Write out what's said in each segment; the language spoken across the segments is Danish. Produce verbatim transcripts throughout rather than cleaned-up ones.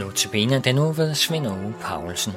Notabene den uge ved Svend Aage Paulsen.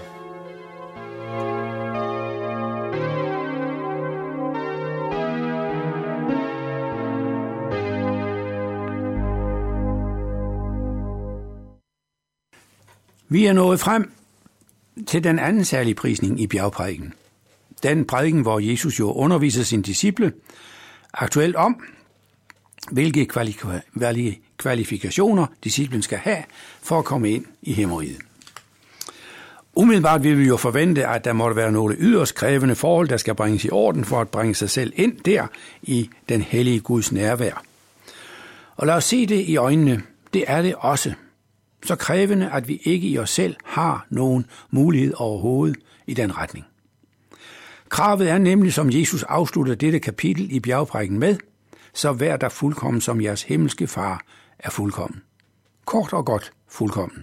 Vi er nået frem til den anden særlige prisning i bjergprædiken. Den prædiken, hvor Jesus jo underviser sine disciple aktuelt om, hvilke kvalifikationer disciplen skal have for at komme ind i himmeriget. Umiddelbart vil vi jo forvente, at der måtte være nogle yderst krævende forhold, der skal bringes i orden for at bringe sig selv ind der i den hellige Guds nærvær. Og lad os se det i øjnene, det er det også. Så krævende, at vi ikke i os selv har nogen mulighed overhovedet i den retning. Kravet er nemlig, som Jesus afslutter dette kapitel i bjergprædiken med, så vær der fuldkommen, som jeres himmelske far er fuldkommen. Kort og godt fuldkommen.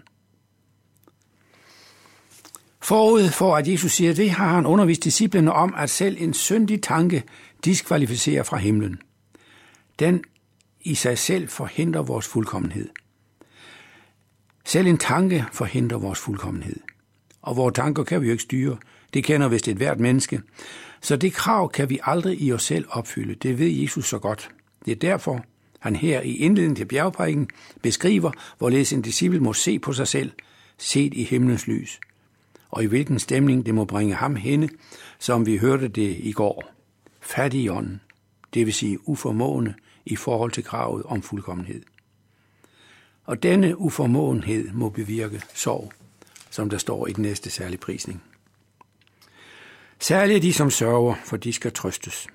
Forud for at Jesus siger det, har han undervist disciplene om, at selv en syndig tanke diskvalificerer fra himlen. Den i sig selv forhindrer vores fuldkommenhed. Selv en tanke forhindrer vores fuldkommenhed. Og vores tanker kan vi jo ikke styre. Det kender vist et hvert menneske. Så det krav kan vi aldrig i os selv opfylde. Det ved Jesus så godt. Det er derfor, han her i indledningen til bjergprædiken beskriver, hvorledes en disciple må se på sig selv, set i himlens lys, og i hvilken stemning det må bringe ham henne, som vi hørte det i går. Fattig i ånden, det vil sige uformående i forhold til kravet om fuldkommenhed. Og denne uformåenhed må bevirke sorg, som der står i den næste særlige prisning. Særligt de, som sørger, for de skal trøstes.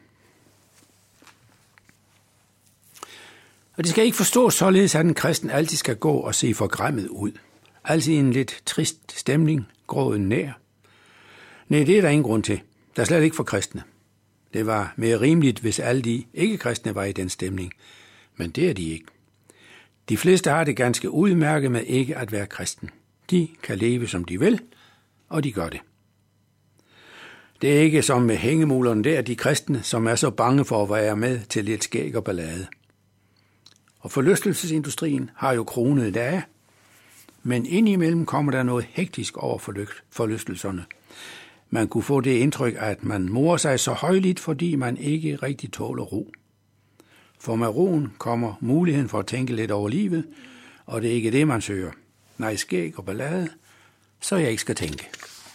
Og det skal ikke forstås således, at en kristen altid skal gå og se forgræmmet ud. Altid en lidt trist stemning, gråden nær. Nej, det er der ingen grund til. Der er slet ikke for kristne. Det var mere rimeligt, hvis alle de ikke-kristne var i den stemning. Men det er de ikke. De fleste har det ganske udmærket med ikke at være kristen. De kan leve, som de vil, og de gør det. Det er ikke som med hængemulerne der, de kristne, som er så bange for at være med til lidt skæg og ballade. Og forlystelsesindustrien har jo kronet dage, men indimellem kommer der noget hektisk over forlystelserne. Man kunne få det indtryk, at man morer sig så højligt, fordi man ikke rigtig tåler ro. For med roen kommer muligheden for at tænke lidt over livet, og det er ikke det, man søger. Nej, skæg og ballade, så jeg ikke skal tænke.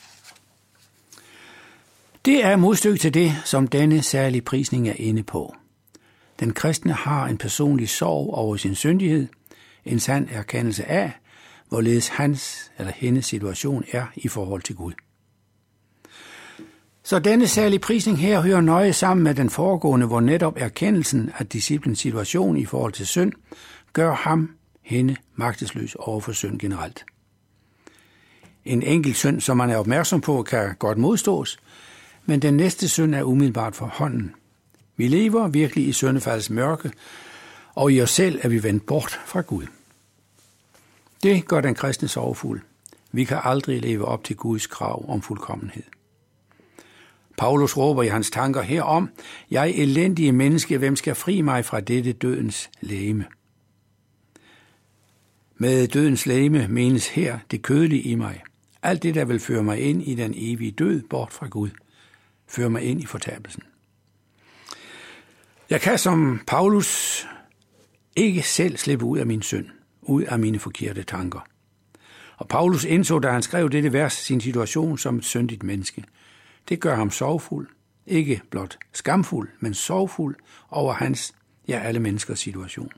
Det er modstykke til det, som denne særlige prisning er inde på. Den kristne har en personlig sorg over sin syndighed, en sand erkendelse af, hvorledes hans eller hendes situation er i forhold til Gud. Så denne særlige prisning her hører nøje sammen med den foregående, hvor netop erkendelsen af disciplens situation i forhold til synd gør ham, hende, magtesløs over for synd generelt. En enkelt synd, som man er opmærksom på, kan godt modstås, men den næste synd er umiddelbart for hånden. Vi lever virkelig i syndefaldets mørke, og i os selv er vi vendt bort fra Gud. Det gør den kristne sorgfuld. Vi kan aldrig leve op til Guds krav om fuldkommenhed. Paulus råber i hans tanker herom, jeg elendige menneske, hvem skal fri mig fra dette dødens legeme? Med dødens legeme menes her det kødelige i mig. Alt det, der vil føre mig ind i den evige død, bort fra Gud, fører mig ind i fortabelsen. Jeg kan som Paulus ikke selv slippe ud af min synd, ud af mine forkerte tanker. Og Paulus indså, da han skrev dette vers, sin situation som et syndigt menneske. Det gør ham sorgfuld, ikke blot skamfuld, men sorgfuld over hans, ja alle menneskers situation.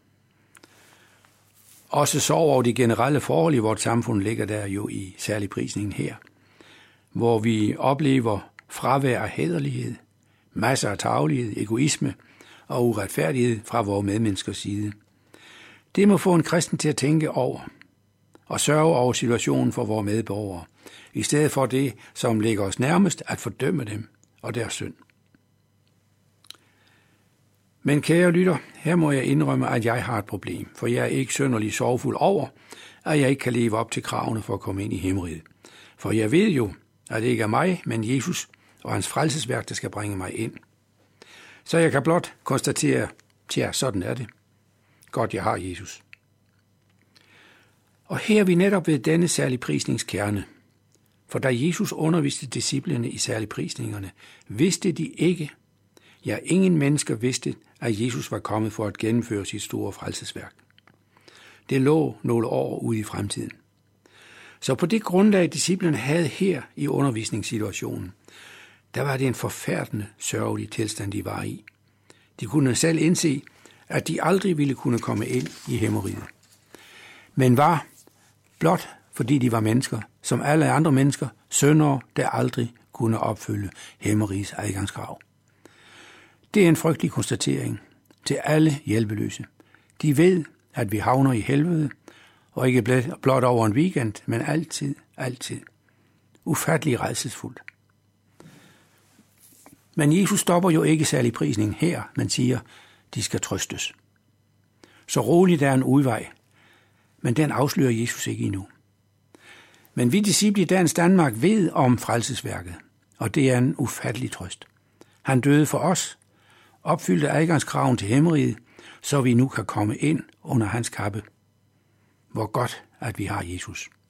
Også sorg over de generelle forhold i vores samfund ligger der jo i særlig prisningen her, hvor vi oplever fravær af hæderlighed, masser af tarvelighed, egoisme og uretfærdighed fra vores medmenneskers side. Det må få en kristen til at tænke over og sørge over situationen for vores medborgere, i stedet for det, som ligger os nærmest, at fordømme dem og deres synd. Men kære lytter, her må jeg indrømme, at jeg har et problem, for jeg er ikke synderlig sorgfuld over, at jeg ikke kan leve op til kravene for at komme ind i himmeriget. For jeg ved jo, at det ikke er mig, men Jesus og hans frelsesværk, der skal bringe mig ind. Så jeg kan blot konstatere, tja, sådan er det. Godt, jeg har Jesus. Og her er vi netop ved denne særlige prisningskerne. For da Jesus underviste disciplene i særlige prisningerne, vidste de ikke, ja, ingen mennesker vidste, at Jesus var kommet for at gennemføre sit store frelsesværk. Det lå nogle år ude i fremtiden. Så på det grundlag, disciplene havde her i undervisningssituationen, der var det en forfærdende, sørgelig tilstand, de var i. De kunne selv indse, at de aldrig ville kunne komme ind i himmeriget. Men var, blot fordi de var mennesker, som alle andre mennesker, syndere, der aldrig kunne opfylde himmerigets adgangskrav. Det er en frygtelig konstatering til alle hjælpeløse. De ved, at vi havner i helvede, og ikke blot over en weekend, men altid, altid. Ufattelig rædselsfuldt. Men Jesus stopper jo ikke særlig prisning her, men siger, de skal trøstes. Så roligt er en udvej, men den afslører Jesus ikke endnu. Men vi disciple i dagens Danmark ved om frelsesværket, og det er en ufattelig trøst. Han døde for os, opfyldte adgangskraven til himmeriget, så vi nu kan komme ind under hans kappe. Hvor godt, at vi har Jesus.